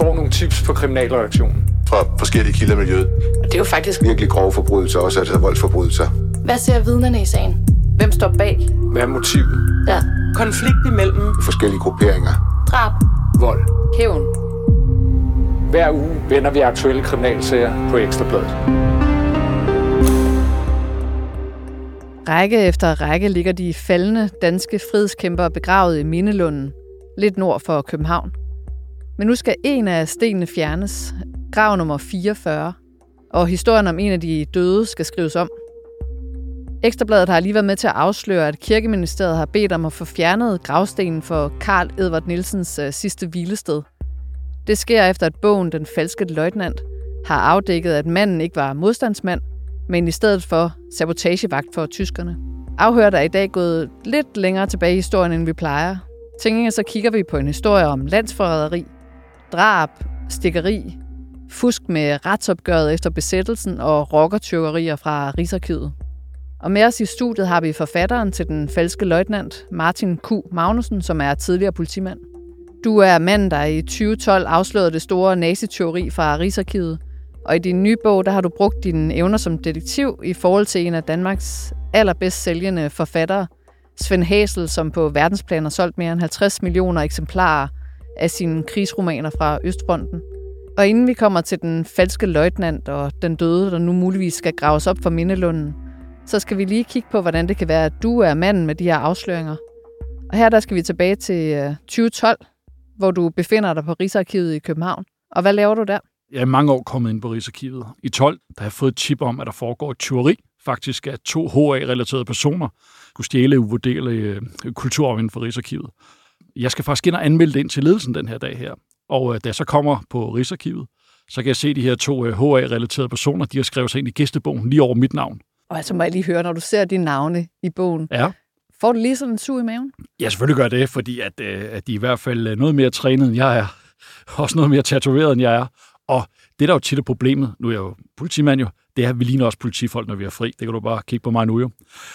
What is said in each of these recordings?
får nogle tips på kriminalreaktionen. Fra forskellige kilder i miljøet. Og det er jo faktisk virkelig grove forbrydelser, også altså voldsforbrydelser. Hvad ser vidnerne i sagen? Hvem står bag? Hvad er motivet? Ja. Konflikt imellem forskellige grupperinger. Drab. Vold. Hævn. Hver uge vender vi aktuelle kriminalsager på Ekstra Bladet. Række efter række ligger de faldne danske frihedskæmpere begravet i Mindelunden, lidt nord for København. Men nu skal en af stenene fjernes, grav nummer 44, og historien om en af de døde skal skrives om. Ekstra Bladet har lige været med til at afsløre, at Kirkeministeriet har bedt om at få fjernet gravstenen for Carl Edvard Nielsens sidste hvilested. Det sker efter, at bogen Den falske løjtnant har afdækket, at manden ikke var modstandsmand, men i stedet for sabotagevagt for tyskerne. Afhøret er i dag gået lidt længere tilbage i historien, end vi plejer. Tænker så kigger vi på en historie om landsforræderi, drab, stikkeri, fusk med retsopgøret efter besættelsen og rockertyverier fra Rigsarkivet. Og med os i studiet har vi forfatteren til Den falske løjtnant, Martin Q. Magnussen, som er tidligere politimand. Du er manden, der i 2012 afslørede det store naziteori fra Rigsarkivet, og i din nye bog, der har du brugt dine evner som detektiv i forhold til en af Danmarks allerbedst sælgende forfattere, Svend Hæsel, som på verdensplan har solgt mere end 50 millioner eksemplarer af sine krigsromaner fra Østfronten. Og inden vi kommer til Den falske løjtnant og den døde, der nu muligvis skal graves op for Mindelunden, så skal vi lige kigge på, hvordan det kan være, at du er manden med de her afsløringer. Og her der skal vi tilbage til 2012, hvor du befinder dig på Rigsarkivet i København. Og hvad laver du der? Jeg er mange år kommet ind på Rigsarkivet. I 12 der har jeg fået et tip om, at der foregår et tyveri. Faktisk at 2 HA-relaterede personer skulle stjæle uvurderlige kulturarv inden for Rigsarkivet. Jeg skal faktisk ind og anmelde det ind til ledelsen den her dag her. Og da jeg så kommer på Rigsarkivet, så kan jeg se, at de her 2 HA-relaterede personer, de har skrevet sig ind i gæstebogen lige over mit navn. Og altså må jeg lige høre, når du ser dine navne i bogen. Ja. Får du lige sådan en sug i maven? Ja, selvfølgelig gør det, fordi at de er i hvert fald noget mere trænet, end jeg er. Også noget mere tatoveret, end jeg er. Og det, der jo tit er problemet, nu er jeg jo politimand jo, det er, at vi ligner også politifolk, når vi er fri. Det kan du bare kigge på mig nu jo.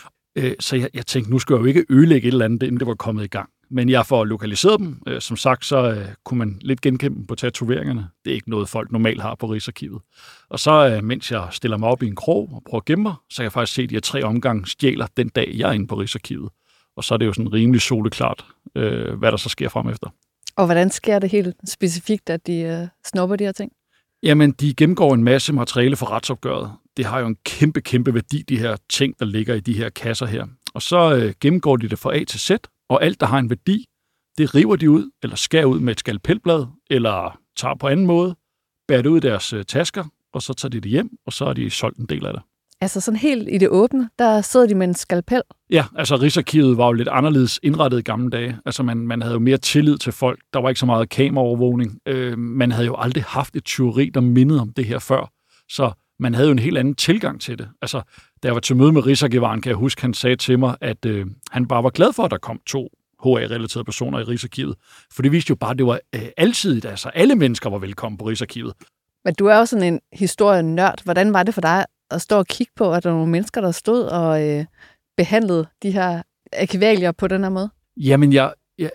Så jeg tænkte, nu skal jeg jo ikke ødelægge et eller andet, inden det var kommet i gang. Men jeg får lokaliseret dem. Som sagt, så kunne man lidt genkende dem på tatoveringerne. Det er ikke noget, folk normalt har på Rigsarkivet. Og så, mens jeg stiller mig op i en krog og prøver at gemme mig, så kan jeg faktisk se, at de her 3 omgange stjæler den dag, jeg er inde på Rigsarkivet. Og så er det jo sådan rimelig soleklart, hvad der så sker frem efter. Og hvordan sker det helt specifikt, at de snupper de her ting? Jamen, de gennemgår en masse materiale for retsopgøret. Det har jo en kæmpe, kæmpe værdi, de her ting, der ligger i de her kasser her. Og så gennemgår de det fra A til Z, og alt, der har en værdi, det river de ud, eller skærer ud med et skalpelblad, eller tager på anden måde, bærer det ud i deres tasker, og så tager de det hjem, og så har de solgt en del af det. Altså sådan helt i det åbne, der sidder de med en skalpel? Ja, altså Rigsarkivet var jo lidt anderledes indrettet i gamle dage. Altså man havde jo mere tillid til folk. Der var ikke så meget kameraovervågning. Man havde jo aldrig haft et tyveri, der mindede om det her før. Så man havde jo en helt anden tilgang til det. Altså, da jeg var til møde med Rigsarkivaren, kan jeg huske, han sagde til mig, at han bare var glad for, at der kom 2 HA-relaterede personer i Rigsarkivet. For det viste jo bare, at det var alsidigt. Altså, alle mennesker var velkommen på Rigsarkivet. Men du er jo sådan en historienørd. Hvordan var det for dig at stå og kigge på, at der var nogle mennesker, der stod og behandlede de her arkivalier på den her måde? Jamen, det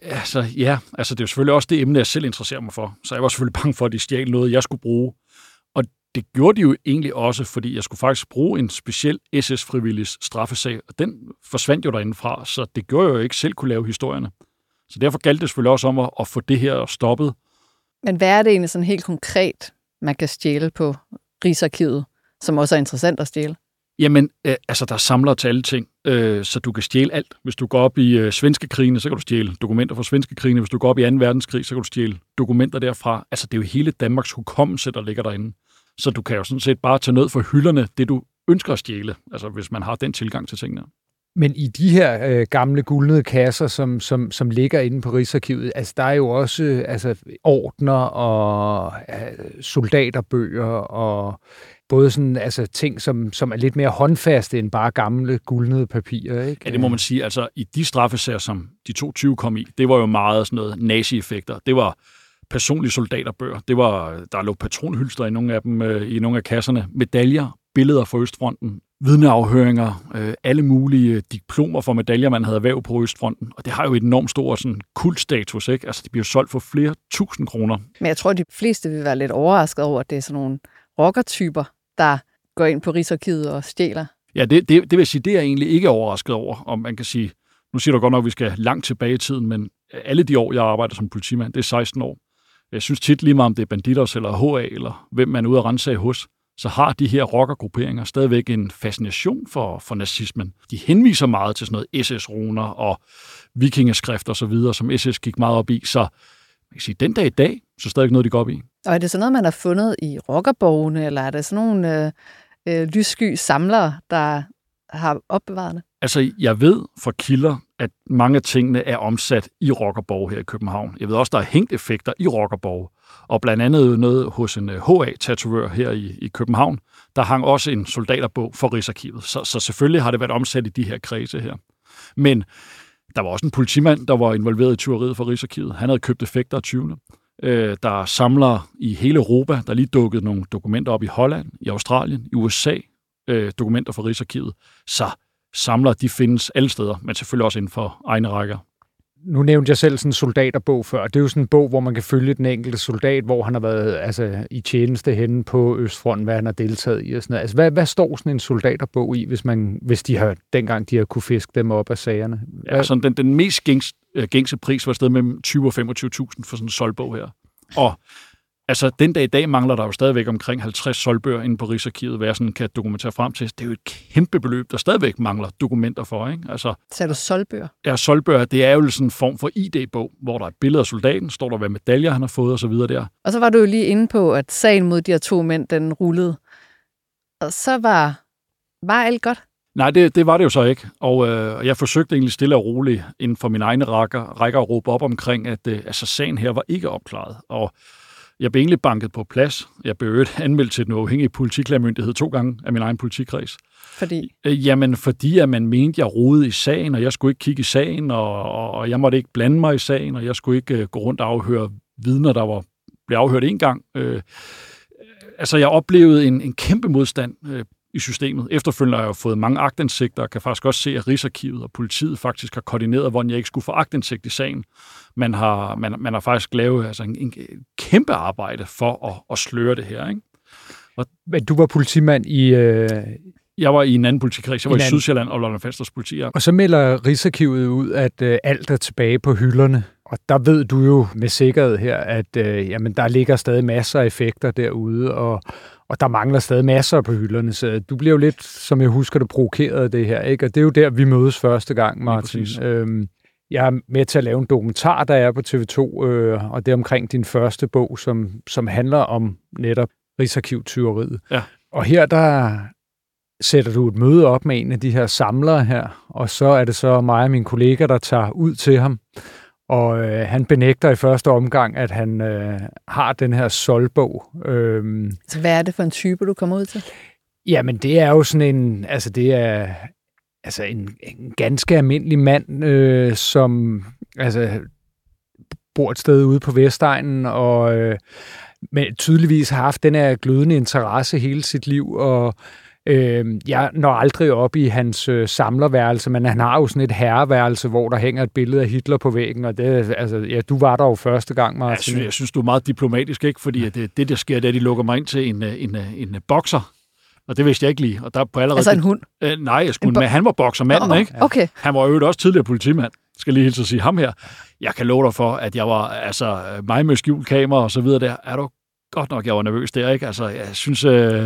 er jo selvfølgelig også det emne, jeg selv interesserer mig for. Så jeg var selvfølgelig bange for, at de stjal noget, jeg skulle bruge. Og det gjorde de jo egentlig også, fordi jeg skulle faktisk bruge en speciel SS-frivilligs straffesag, og den forsvandt jo derindefra, så det gjorde jeg jo ikke selv kunne lave historierne. Så derfor galt det selvfølgelig også om at få det her stoppet. Men hvad er det egentlig sådan helt konkret, man kan stjæle på Rigsarkivet, som også er interessant at stjæle? Jamen, der er samler til alle ting, så du kan stjæle alt. Hvis du går op i svenske krigene, så kan du stjæle dokumenter fra svenske krigene. Hvis du går op i 2. verdenskrig, så kan du stjæle dokumenter derfra. Altså, det er jo hele Danmarks hukommelse, der ligger derinde. Så du kan jo sådan set bare tage ned fra hylderne, det du ønsker at stjæle, altså hvis man har den tilgang til tingene. Men i de her gamle guldnede kasser, som ligger inde på Rigsarkivet, altså der er jo også ordner og soldaterbøger og både sådan ting, som er lidt mere håndfaste end bare gamle guldnede papirer, ikke? Ja, det må man sige. Altså i de straffesager, som de 22 kom i, det var jo meget sådan noget nazi-effekter. Det var personlige soldaterbøger. Der lå patronhylster i nogle af dem, i nogle af kasserne, medaljer, billeder fra Østfronten, vidneafhøringer, alle mulige diplomer for medaljer, man havde erhvervet på Østfronten. Og det har jo et enormt stor sådan, kultstatus, ikke? Altså, det bliver solgt for flere tusind kroner. Men jeg tror, at de fleste vil være lidt overrasket over, at det er sådan nogle rockertyper, der går ind på Rigsarkivet og stjæler. Ja, det vil sige, det er jeg egentlig ikke overrasket over, om man kan sige, nu siger du godt nok, at vi skal langt tilbage i tiden, men alle de år, jeg arbejder som politimand, det er 16 år. Jeg synes tit lige meget, om det er Bandidos eller HA, eller hvem man er ude at ransage hos, så har de her rockergrupperinger stadigvæk en fascination for nazismen. De henviser meget til sådan noget SS-runer og vikingeskrift og så videre, som SS gik meget op i, så man kan sige, den dag i dag, så er stadig noget, de går op i. Og er det sådan noget, man har fundet i rockerborgene, eller er det sådan nogle lyssky samlere, der har opbevaret det? Altså, jeg ved fra kilder, at mange af tingene er omsat i rockerborg her i København. Jeg ved også, der er hængt effekter i rockerborg. Og blandt andet noget hos en HA-tatovør her i København, der hang også en soldaterbog for Rigsarkivet. Så selvfølgelig har det været omsat i de her kredse her. Men der var også en politimand, der var involveret i tyveriet for Rigsarkivet. Han havde købt effekter af 20'erne. Der er samlere i hele Europa, der lige dukkede nogle dokumenter op i Holland, i Australien, i USA, dokumenter for Rigsarkivet. Så samlere, de findes alle steder, men selvfølgelig også inden for egne rækker. Nu nævnte jeg selv sådan en soldaterbog før. Det er jo sådan en bog, hvor man kan følge den enkelte soldat, hvor han har været i tjeneste henne på Østfronten, hvad han har deltaget i og sådan noget. Altså, hvad står sådan en soldaterbog i, hvis de har dengang de har kunne fiske dem op af sagerne? Ja, sådan den mest gængse pris var et sted mellem 20 og 25.000 for sådan en solbog her. Og altså, den dag i dag mangler der jo stadigvæk omkring 50 solbøger inde på Rigsarkivet, hvad jeg sådan kan dokumentere frem til. Det er jo et kæmpe beløb, der stadigvæk mangler dokumenter for, ikke? Altså, så er du solbøger? Ja, solbøger, det er jo sådan en form for ID-bog, hvor der er et billede af soldaten, står der, hvad medaljer han har fået og så videre der. Og så var du jo lige inde på, at sagen mod de her 2 mænd, den rullede. Og så var alt godt? Nej, det var det jo så ikke. Og jeg forsøgte egentlig stille og roligt inden for mine egne rækker at råbe op omkring, at altså, sagen her var ikke opklaret. Og jeg blev egentlig banket på plads. Jeg blev anmeldt til den uafhængige politiklagemyndighed 2 gange af min egen politikreds. Fordi? Fordi at man mente, jeg rodede i sagen, og jeg skulle ikke kigge i sagen, og jeg måtte ikke blande mig i sagen, og jeg skulle ikke gå rundt og afhøre vidner, der blev afhørt 1 gang. Altså, jeg oplevede en kæmpe modstand i systemet. Efterfølgende har jeg jo fået mange aktindsigter, og kan faktisk også se, at Rigsarkivet og politiet faktisk har koordineret, hvordan jeg ikke skulle få aktindsigt i sagen. Man har faktisk lavet altså, en kæmpe arbejde for at sløre det her, ikke? Men du var politimand i... Jeg var i en anden politikreds. Jeg var i Sydsjælland og Lolland-Falsters politi. Ja. Og så melder Rigsarkivet ud, at alt er tilbage på hylderne. Og der ved du jo med sikkerhed her, at jamen, der ligger stadig masser af effekter derude, og der mangler stadig masser på hylderne. Så du bliver jo lidt, som jeg husker det, provokeret af det her, ikke? Og det er jo der, vi mødes første gang, Martin. Jeg er med til at lave en dokumentar, der er på TV2, og det er omkring din første bog, som handler om netop Rigsarkivtyveriet. Ja. Og her, der sætter du et møde op med en af de her samlere her, og så er det så mig og min kollega, der tager ud til ham. Og han benægter i første omgang, at han har den her solbog. Så hvad er det for en type, du kommer ud til? Jamen, det er jo sådan en... Altså, det er altså en ganske almindelig mand, som altså, bor et sted ude på Vestegnen, og men tydeligvis har haft den her glødende interesse hele sit liv, og jeg når aldrig op i hans samlerværelse, men han har jo sådan et herreværelse, hvor der hænger et billede af Hitler på væggen, og det, altså, ja, du var der jo første gang, Martin. Jeg synes, du er meget diplomatisk, ikke? Fordi det der sker, det er, at de lukker mig ind til en bokser, og det vidste jeg ikke lige. Og der på allerede altså en hund? Nej, men han var boksermanden, ikke? Okay. Han var jo også tidligere politimand, skal lige hilse at sige ham her. Jeg kan love dig for, at jeg var, altså mig med skjult kamera og så videre der, er du godt nok, jeg var nervøs der, ikke? Altså, jeg synes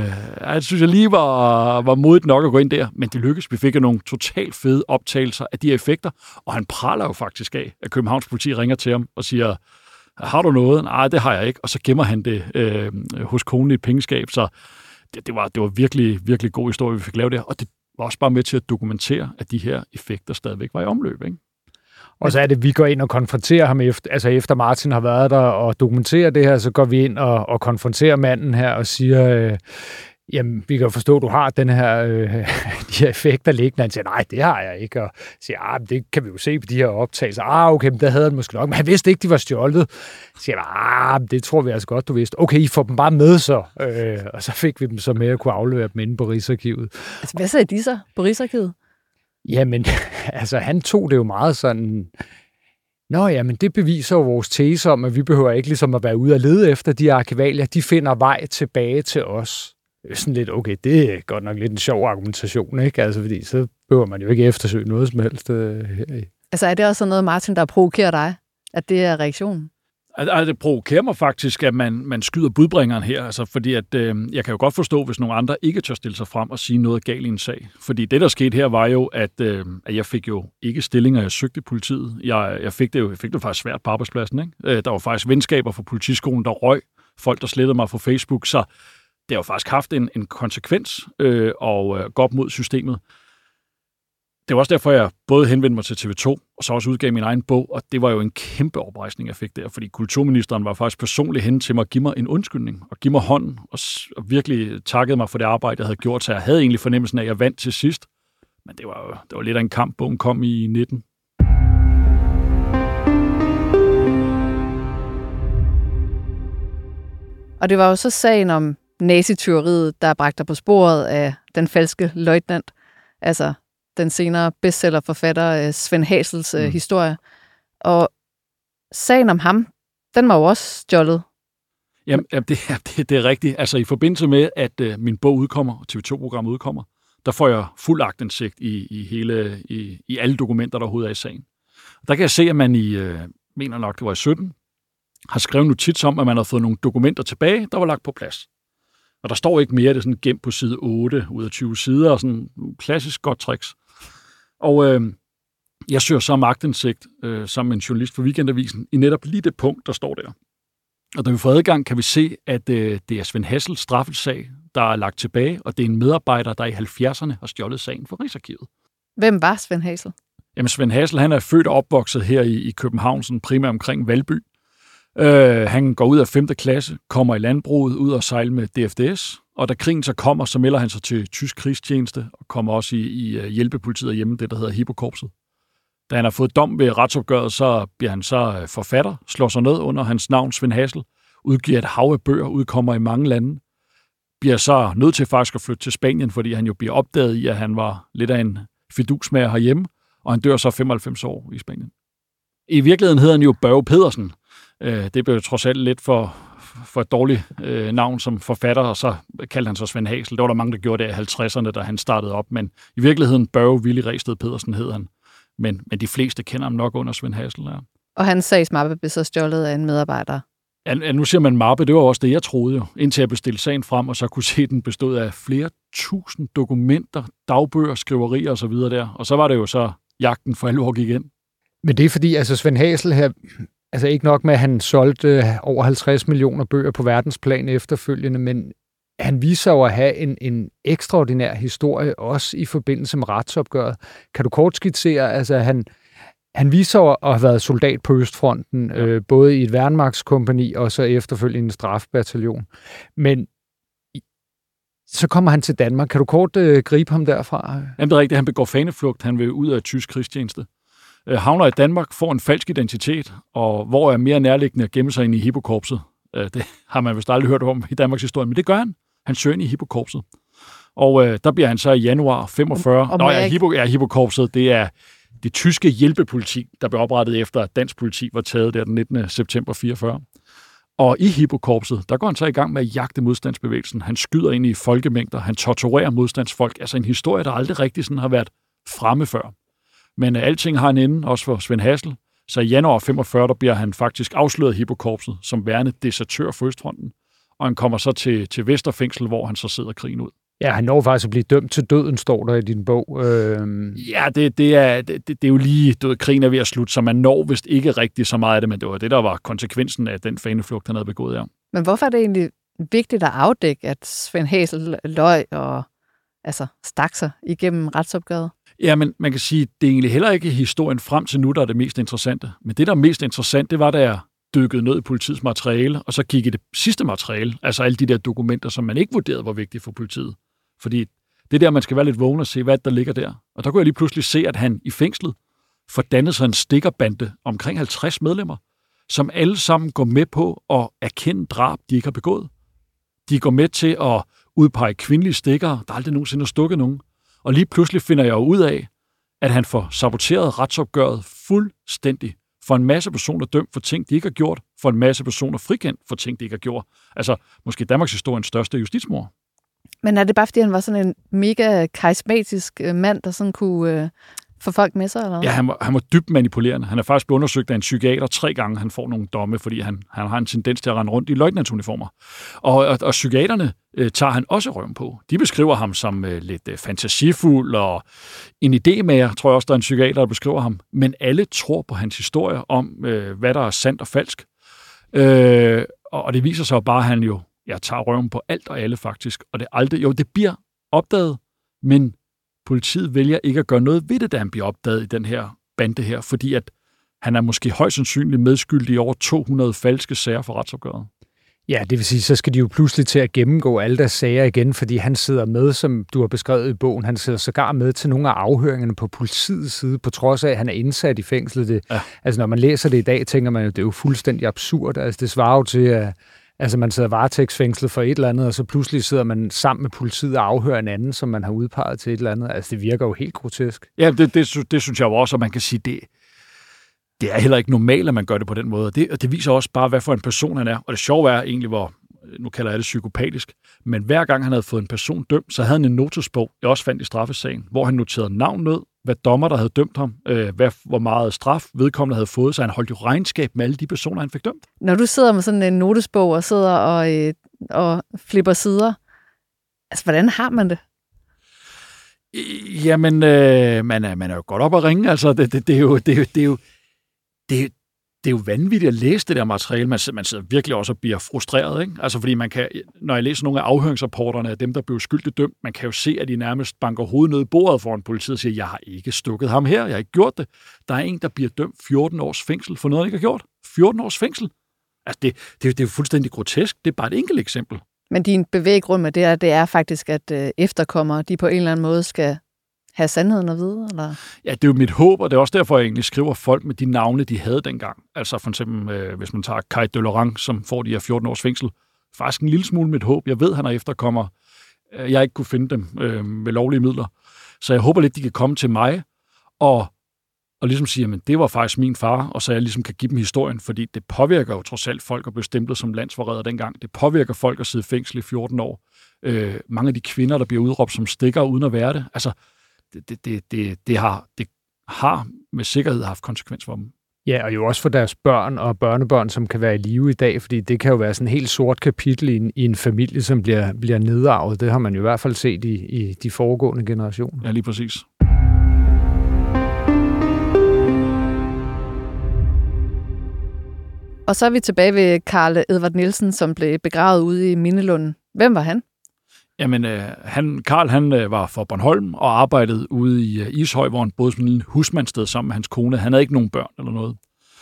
jeg lige var modigt nok at gå ind der, men det lykkedes. Vi fik jo nogle totalt fede optagelser af de effekter, og han praler jo faktisk af, at Københavns politi ringer til ham og siger, har du noget? Nej, det har jeg ikke. Og så gemmer han det hos konen i et pengeskab, så det var virkelig, virkelig god historie, vi fik lavet der, og det var også bare med til at dokumentere, at de her effekter stadigvæk var i omløb, ikke? Og så er det, at vi går ind og konfronterer ham efter Martin har været der og dokumenterer det her, så går vi ind og konfronterer manden her og siger, Jamen, vi kan jo forstå, at du har den her, de her effekter liggende. Han siger, nej, det har jeg ikke. Og siger, det kan vi jo se på de her optagelser. Okay, men der havde han måske nok. Men han vidste ikke, de var stjålet. Siger, det tror vi altså godt, du vidste. Okay, I får dem bare med så. Og så fik vi dem så med at kunne aflevere dem inde på Rigsarkivet. Altså, hvad sagde de så på Rigsarkivet? Jamen, altså, han tog det jo meget sådan... Nå ja, men det beviser jo vores tese om, at vi behøver ikke ligesom at være ude og lede efter de arkivalier. De finder vej tilbage til os. Det er sådan lidt, okay, det er godt nok lidt en sjov argumentation, ikke? Altså, fordi så behøver man jo ikke eftersøge noget som helst heri. Altså, er det også sådan noget, Martin, der provokerer dig? At det er reaktionen? Altså, det provokerer mig faktisk, at man skyder budbringeren her, altså, fordi at, jeg kan jo godt forstå, hvis nogle andre ikke tør stille sig frem og sige noget galt i en sag. Fordi det, der skete her, var jo, at jeg fik jo ikke stillinger, jeg søgte i politiet. Jeg fik det faktisk svært på arbejdspladsen, ikke? Der var faktisk venskaber fra politiskolen, der røg folk, der slettede mig fra Facebook, så det har jo faktisk haft en konsekvens og gå op mod systemet. Det var også derfor, jeg både henvendte mig til TV2, og så også udgav min egen bog, og det var jo en kæmpe oprejsning, jeg fik der, fordi kulturministeren var faktisk personligt hen til mig at give mig en undskyldning, og give mig hånden, og virkelig takkede mig for det arbejde, jeg havde gjort, så jeg havde egentlig fornemmelsen af, at jeg vandt til sidst. Men det var lidt af en kamp, bogen kom i 19. Og det var jo så sagen om nazityveriet, der bragte dig på sporet af den falske løjtnant, altså den senere bestsellerforfatter Svend Hasels historie. Og sagen om ham, den var jo også stjålet. Jamen, det er rigtigt. Altså i forbindelse med, at min bog udkommer, og TV2-programmet udkommer, der får jeg fuld aktindsigt i alle dokumenter, der overhovedet er i sagen. Der kan jeg se, at man mener nok, det var i 17, har skrevet notits om, at man har fået nogle dokumenter tilbage, der var lagt på plads. Og der står ikke mere, det er sådan gemt på side 8 ud af 20 sider, og sådan klassisk godt tricks. Og jeg søger så om aktindsigt sammen med en journalist fra Weekendavisen i netop lige det punkt, der står der. Og da vi får adgang, kan vi se, at det er Svend Hasels straffesag, der er lagt tilbage, og det er en medarbejder, der i 70'erne har stjålet sagen fra Rigsarkivet. Hvem var Svend Hasel? Jamen, Svend Hasel, han er født og opvokset her i København, sådan primært omkring Valby. Han går ud af 5. klasse, kommer i landbruget, ud og sejle med DFDS, og da krigen så kommer, så melder han sig til tysk krigstjeneste, og kommer også i hjælpepolitiet hjemme, det der hedder Hippokorpset. Da han har fået dom ved retsopgøret, så bliver han så forfatter, slår sig ned under hans navn, Svend Hasel, udgiver et hav af bøger, udkommer i mange lande, bliver så nødt til faktisk at flytte til Spanien, fordi han jo bliver opdaget i, at han var lidt af en fidusmager herhjemme, og han dør så 95 år i Spanien. I virkeligheden hedder han jo Børge Pedersen. Det blev trods alt lidt for et dårligt navn som forfatter, og så kaldte han sig Svend Hasel. Det var der mange, der gjorde det i 50'erne, da han startede op, men i virkeligheden Børge Willy Ræsted Pedersen hed han. Men de fleste kender ham nok under Svend Hasel. Ja. Og hans sagsmappe blev så stjålet af en medarbejder. Ja, nu siger man mappe, det var også det, jeg troede jo, indtil jeg bestilte sagen frem, og så kunne se, at den bestod af flere tusind dokumenter, dagbøger, skriverier osv. der. Og så var det jo så jagten for alvor gik ind. Men det er fordi, altså Svend Hasel her, altså ikke nok med, at han solgte over 50 millioner bøger på verdensplan efterfølgende, men han viser jo at have en ekstraordinær historie, også i forbindelse med retsopgøret. Kan du kort skitsere, altså han viser jo at have været soldat på Østfronten, både i et værnemagtskompagni og så efterfølgende en strafbataljon. Men så kommer han til Danmark. Kan du kort gribe ham derfra? Jamen, det er rigtigt. Han begår faneflugt. Han vil ud af tysk krigstjeneste. Havner i Danmark, får en falsk identitet, og hvor er mere nærliggende at gemme sig ind i Hippokorpset. Det har man vist aldrig hørt om i Danmarks historie, men det gør han. Han søger ind i Hippokorpset. Og der bliver han så i januar 45. Hippokorpset, det er det tyske hjælpepoliti, der blev oprettet efter, at dansk politi var taget der den 19. september 44. Og i Hippokorpset, der går han så i gang med at jagte modstandsbevægelsen. Han skyder ind i folkemængder, han torturerer modstandsfolk. Altså en historie, der aldrig rigtig sådan har været fremme før. Men alting har en ende, også for Svend Hasel. Så i januar 45, der bliver han faktisk afsløret i Hippokorpset som værende desertør for Østfronten. Og han kommer så til Vesterfængsel, hvor han så sidder krigen ud. Ja, han når faktisk at blive dømt til døden, står der i din bog. Ja, det er jo lige, krigen er ved at slutte, så man når vist ikke rigtig så meget af det, men det var det, der var konsekvensen af den faneflugt, han havde begået, ja. Men hvorfor er det egentlig vigtigt at afdække, at Svend Hasel løg og stak sig igennem retsopgøret? Ja, men man kan sige, det er egentlig heller ikke historien frem til nu, der er det mest interessante. Men det, der er mest interessant, det var, da jeg dykkede ned i politiets materiale, og så kiggede det sidste materiale, altså alle de der dokumenter, som man ikke vurderede var vigtige for politiet. Fordi det der, man skal være lidt vågen og se, hvad der ligger der. Og der kunne jeg lige pludselig se, at han i fængslet får dannet sig en stikkerbande omkring 50 medlemmer, som alle sammen går med på at erkende drab, de ikke har begået. De går med til at udpege kvindelige stikkere, der aldrig nogensinde har stukket nogen. Og lige pludselig finder jeg jo ud af, at han får saboteret retsopgøret fuldstændig. For en masse personer dømt for ting, de ikke har gjort, for en masse personer frikendt for ting, de ikke har gjort. Altså måske Danmarks historiens største justitsmord. Men er det bare, fordi han var sådan en mega karismatisk mand, der sådan kunne få folk med sig? Eller? Ja, han var dybt manipulerende. Han er faktisk blevet undersøgt af en psykiater 3 gange. Han får nogle domme, fordi han har en tendens til at rende rundt i løjtnantsuniformer. Og psykiaterne tager han også røven på. De beskriver ham som lidt fantasifuld og en idémager, tror jeg også, der er en psykiater, der beskriver ham. Men alle tror på hans historie om, hvad der er sandt og falsk. Og det viser sig bare, at han jo tager røven på alt og alle faktisk. Og det aldrig, det bliver opdaget, men politiet vælger ikke at gøre noget ved det, da han bliver opdaget i den her bande her, fordi at han er måske højst sandsynligt medskyldig i over 200 falske sager for retsopgøret. Ja, det vil sige, så skal de jo pludselig til at gennemgå alle deres sager igen, fordi han sidder med, som du har beskrevet i bogen, han sidder sågar med til nogle af afhøringerne på politiets side, på trods af, at han er indsat i fængslet. Altså, når man læser det i dag, tænker man jo, det er jo fuldstændig absurd. Altså, det svarer jo til, at man sidder varetægtsfængslet for et eller andet, og så pludselig sidder man sammen med politiet og afhører en anden, som man har udpeget til et eller andet. Altså, det virker jo helt grotesk. Ja, det synes jeg jo også, og man kan sige, det er heller ikke normalt, at man gør det på den måde. Og det viser også bare, hvad for en person han er. Og det sjove er egentlig, nu kalder jeg det psykopatisk, men hver gang han havde fået en person dømt, så havde han en notesbog, jeg også fandt i straffesagen, hvor han noterede navn ned, hvad dommer, der havde dømt ham, hvor meget straf vedkommende havde fået, så han holdt jo regnskab med alle de personer, han fik dømt. Når du sidder med sådan en notesbog og sidder og flipper sider, altså, hvordan har man det? Jamen, man er jo godt op at ringe, altså, det er jo vanvittigt at læse det der materiale. Man sidder virkelig også og bliver frustreret, ikke? Altså, fordi man kan, når jeg læser nogle af afhøringsrapporterne af dem, der blev skyldigt dømt, man kan jo se, at de nærmest banker hovedet ned i bordet foran politiet og siger, jeg har ikke stukket ham her, jeg har ikke gjort det. Der er en, der bliver dømt 14 års fængsel for noget, han ikke har gjort. 14 års fængsel. Altså, det er jo fuldstændig grotesk. Det er bare et enkelt eksempel. Men din bevæggrund med det er faktisk, at efterkommere, de på en eller anden måde skal have sandheden at vide? Eller? Ja, det er jo mit håb, og det er også derfor, jeg egentlig skriver folk med de navne, de havde dengang. Altså for eksempel, hvis man tager Kai Delorang, som får de her 14 års fængsel. Faktisk en lille smule mit håb. Jeg ved, han er efterkommer. Jeg ikke kunne finde dem med lovlige midler. Så jeg håber lidt, de kan komme til mig og ligesom sige, at det var faktisk min far, og så jeg ligesom kan give dem historien, fordi det påvirker jo trods alt folk at blive stemplet som landsforræder dengang. Det påvirker folk at sidde i fængsel i 14 år. Mange af de kvinder, der bliver udråbt som stikkere uden at være det. Altså, det har med sikkerhed haft konsekvens for dem. Ja, og jo også for deres børn og børnebørn, som kan være i live i dag, fordi det kan jo være sådan en helt sort kapitel i en familie, som bliver nedarvet. Det har man jo i hvert fald set i de foregående generationer. Ja, lige præcis. Og så er vi tilbage ved Carl Edvard Nielsen, som blev begravet ude i Mindelunden. Hvem var han? Jamen, Carl var fra Bornholm og arbejdede ude i Ishøj, hvor han boede som en husmandssted sammen med hans kone. Han havde ikke nogen børn eller noget.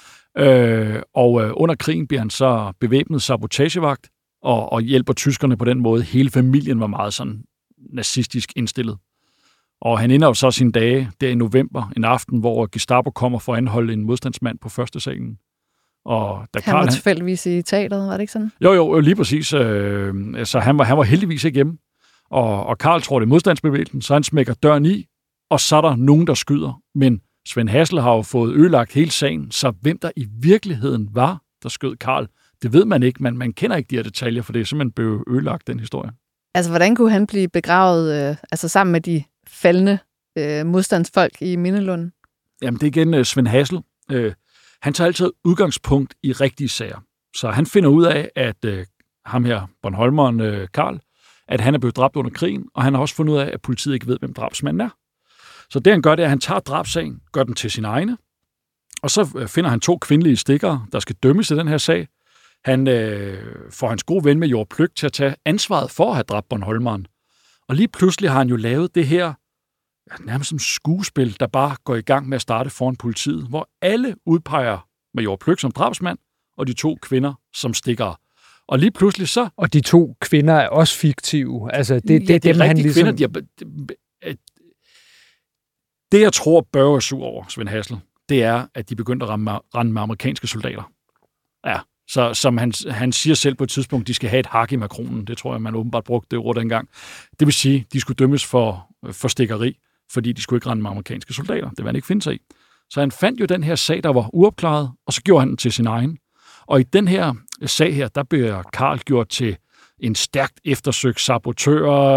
Under krigen bliver han så bevæbnet sabotagevagt og hjælper tyskerne på den måde. Hele familien var meget sådan nazistisk indstillet. Og han ender jo så sine dage der i november, en aften, hvor Gestapo kommer for at anholde en modstandsmand på første salen. Og da han var tilfældigvis i teateret, var det ikke sådan? Jo, lige præcis. Så han var heldigvis ikke hjemme. Og Carl tror, det er modstandsbevægelsen, så han smækker døren i, og så er der nogen, der skyder. Men Svend Hassel har jo fået ødelagt hele sagen, så hvem der i virkeligheden var, der skød Carl, det ved man ikke. Man kender ikke de her detaljer, for det er simpelthen blevet ødelagt, den historie. Altså, hvordan kunne han blive begravet sammen med de faldne modstandsfolk i Mindelunden? Jamen, det er igen Svend Hassel. Han tager altid udgangspunkt i rigtige sager. Så han finder ud af, at ham her, Bornholmeren Carl, at han er blevet dræbt under krigen, og han har også fundet ud af, at politiet ikke ved, hvem drabsmanden er. Så det han gør, det er, at han tager drabssagen, gør den til sin egne, og så finder han 2 kvindelige stikkere, der skal dømmes i den her sag. Han får hans gode ven med Jord Pløk til at tage ansvaret for at have dræbt Bornholmeren. Og lige pludselig har han jo lavet det her nærmest som skuespil, der bare går i gang med at starte foran politiet, hvor alle udpeger Major Pløk som drabsmand, og de 2 kvinder som stikkere. Og lige pludselig så... Og de 2 kvinder er også fiktive. Altså, det er dem, han ligesom... Kvinder, det, jeg tror, Børge er sur over, Svend Hassel, det er, at de begyndte at rende med amerikanske soldater. Ja, så som han siger selv på et tidspunkt, de skal have et hak i makronen. Det tror jeg, man åbenbart brugte det ord dengang. Det vil sige, de skulle dømmes for stikkeri, fordi de skulle ikke rende med amerikanske soldater. Det vil han ikke finde sig i. Så han fandt jo den her sag, der var uopklaret, og så gjorde han den til sin egen. Og i den her sag her, der bliver Karl gjort til en stærkt eftersøgt sabotør.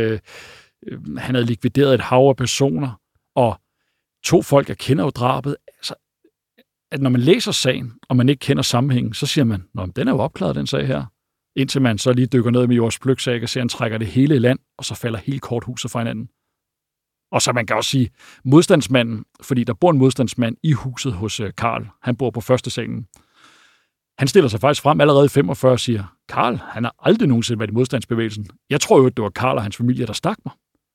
Han havde likvideret et hav af personer, og 2 folk, jeg kender jo drabet. Altså, at når man læser sagen, og man ikke kender sammenhængen, så siger man, nå, den er jo opklaret, den sag her. Indtil man så lige dykker ned med Jors Pløksag og ser, han trækker det hele i land, og så falder hele korthuset fra hinanden. Og så man kan også sige, modstandsmanden, fordi der bor en modstandsmand i huset hos Karl. Han bor på første salen. Han stiller sig faktisk frem allerede i 45 og siger, Karl, han har aldrig nogensinde været i modstandsbevægelsen. Jeg tror jo, at det var Karl og hans familie, der stak mig.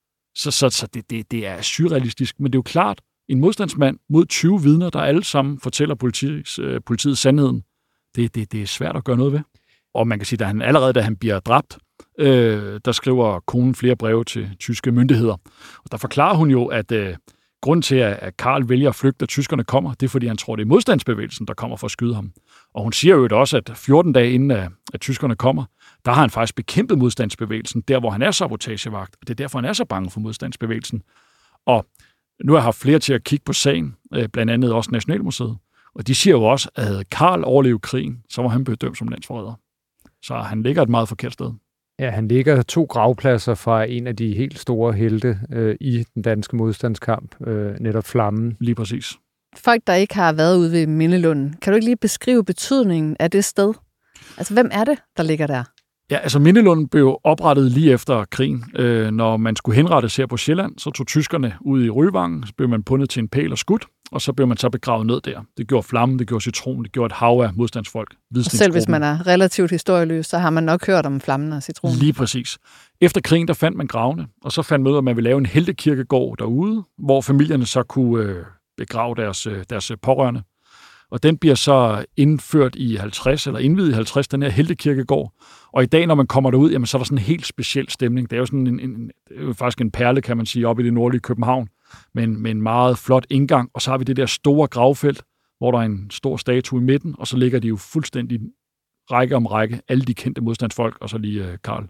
Så det er surrealistisk, men det er jo klart, en modstandsmand mod 20 vidner, der alle sammen fortæller politiet sandheden. Det er svært at gøre noget ved. Og man kan sige, at da han bliver dræbt, der skriver konen flere breve til tyske myndigheder. Og der forklarer hun jo, at grunden til, at Karl vælger at flygte, at tyskerne kommer, det er, fordi han tror, det er modstandsbevægelsen, der kommer for at skyde ham. Og hun siger jo også, at 14 dage inden, at tyskerne kommer, der har han faktisk bekæmpet modstandsbevægelsen, der hvor han er sabotagevagt. Og det er derfor, han er så bange for modstandsbevægelsen. Og nu har jeg haft flere til at kigge på sagen, blandt andet også Nationalmuseet. Og de siger jo også, at havde Karl overlevet krigen, så var han blevet dømt som landsforræder. Så han ligger et meget forkert sted. Ja, han ligger 2 gravpladser fra en af de helt store helte i den danske modstandskamp, netop Flammen. Lige præcis. Folk, der ikke har været ude ved Mindelunden, kan du ikke lige beskrive betydningen af det sted? Altså, hvem er det, der ligger der? Ja, altså Mindelunden blev oprettet lige efter krigen. Når man skulle henrettes her på Sjælland, så tog tyskerne ud i Ryvangen, så blev man pundet til en pæl og skudt, og så blev man så begravet ned der. Det gjorde Flammen, det gjorde Citron, det gjorde et hav af modstandsfolk. Og selv hvis man er relativt historieløs, så har man nok hørt om Flammen og Citron. Lige præcis. Efter krigen, der fandt man gravene, og så fandt man ud af, at man ville lave en heltekirkegård derude, hvor familierne så kunne begrave deres pårørende. Og den bliver så indført i 50, eller indviet i 50, den her heltekirkegård. Og i dag, når man kommer derud, jamen, så er der sådan en helt speciel stemning. Det er jo sådan det er jo faktisk en perle, kan man sige, oppe i det nordlige København, med en meget flot indgang. Og så har vi det der store gravfelt, hvor der er en stor statue i midten, og så ligger de jo fuldstændig række om række, alle de kendte modstandsfolk, og så lige Karl.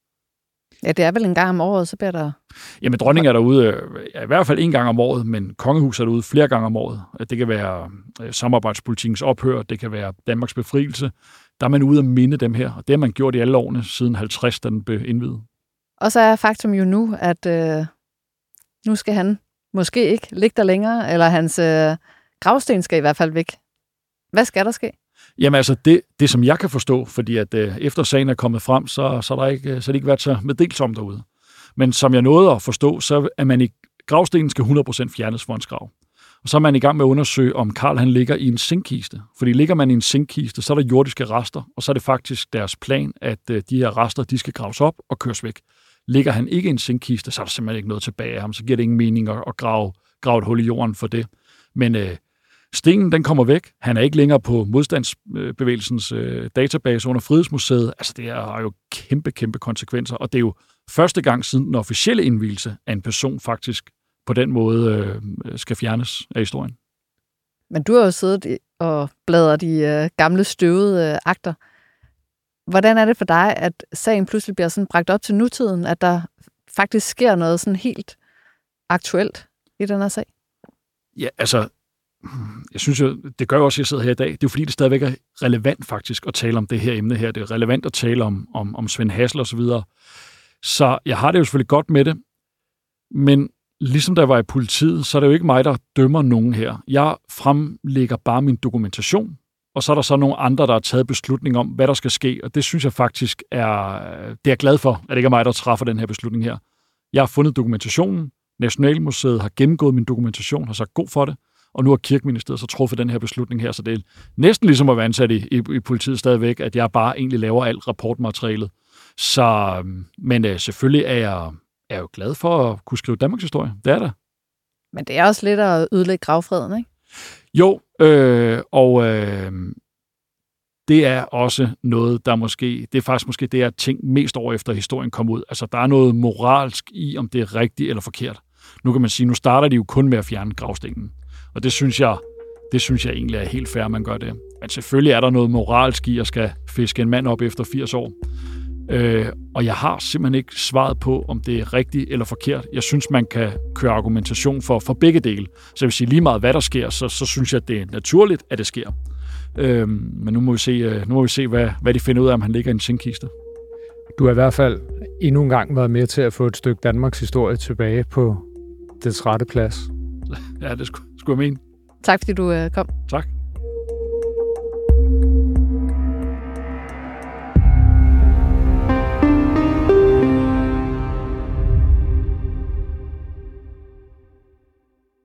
Ja, det er vel en gang om året, så bliver der... Jamen, dronningen er derude i hvert fald 1 gang om året, men kongehuset er derude flere gange om året. Det kan være samarbejdspolitikkens ophør, det kan være Danmarks befrielse. Der er man ude at minde dem her, og det har man gjort i alle årene siden 50, da den blev indviet. Og så er faktum jo nu, at nu skal han måske ikke ligge der længere, eller hans gravsten skal i hvert fald væk. Hvad skal der ske? Jamen altså, det som jeg kan forstå, fordi at efter sagen er kommet frem, så er det ikke været så meddelsomt derude. Men som jeg nåede at forstå, så er man i gravstenen skal 100% fjernes fra hans grav. Og så er man i gang med at undersøge, om Karl han ligger i en zinkkiste. Fordi ligger man i en zinkkiste, så er der jordiske rester, og så er det faktisk deres plan, at de her rester, de skal graves op og køres væk. Ligger han ikke i en zinkkiste, så er der simpelthen ikke noget tilbage af ham, så giver det ingen mening at grave et hul i jorden for det. Men stenen, den kommer væk. Han er ikke længere på modstandsbevægelsens database under Frihedsmuseet. Altså, det har jo kæmpe konsekvenser, og det er jo første gang siden den officielle indvielse af en person faktisk på den måde skal fjernes af historien. Men du har jo siddet og bladret de gamle støvede akter. Hvordan er det for dig, at sagen pludselig bliver sådan bragt op til nutiden, at der faktisk sker noget sådan helt aktuelt i den her sag? Ja, altså, jeg synes jo, det gør jo også, at jeg sidder her i dag. Det er jo fordi, det stadigvæk er relevant faktisk at tale om det her emne her. Det er relevant at tale om Svend Hassel og så videre. Så jeg har det jo selvfølgelig godt med det. Men ligesom da jeg var i politiet, så er det jo ikke mig, der dømmer nogen her. Jeg fremlægger bare min dokumentation, og så er der så nogle andre, der har taget beslutning om, hvad der skal ske. Og det synes jeg faktisk det er jeg glad for, at det ikke er mig, der træffer den her beslutning her. Jeg har fundet dokumentationen. Nationalmuseet har gennemgået min dokumentation, har sagt god for det. Og nu har Kirkeministeriet så truffet den her beslutning her, så det er næsten ligesom at være ansat i politiet stadigvæk, at jeg bare egentlig laver alt rapportmaterialet. Så, men selvfølgelig er jeg jo glad for at kunne skrive Danmarks historie. Det er det. Men det er også lidt at ødelægge gravfreden, ikke? Jo, det er også noget, der det er faktisk måske det, at ting mest over efter historien kom ud. Altså, der er noget moralsk i, om det er rigtigt eller forkert. Nu kan man sige, nu starter de jo kun med at fjerne gravstenen. Og det synes jeg egentlig er helt fair, at man gør det. Men selvfølgelig er der noget moralsk i at skal fiske en mand op efter 80 år. Og jeg har simpelthen ikke svaret på, om det er rigtigt eller forkert. Jeg synes, man kan køre argumentation for begge dele. Så jeg vil sige, lige meget hvad der sker, så synes jeg, at det er naturligt, at det sker. Men nu må vi se, hvad de finder ud af, om han ligger i en zinkkiste. Du har i hvert fald endnu en gang været med til at få et stykke Danmarks historie tilbage på dets rette plads. Ja, det skulle jeg mene. Tak fordi du kom. Tak.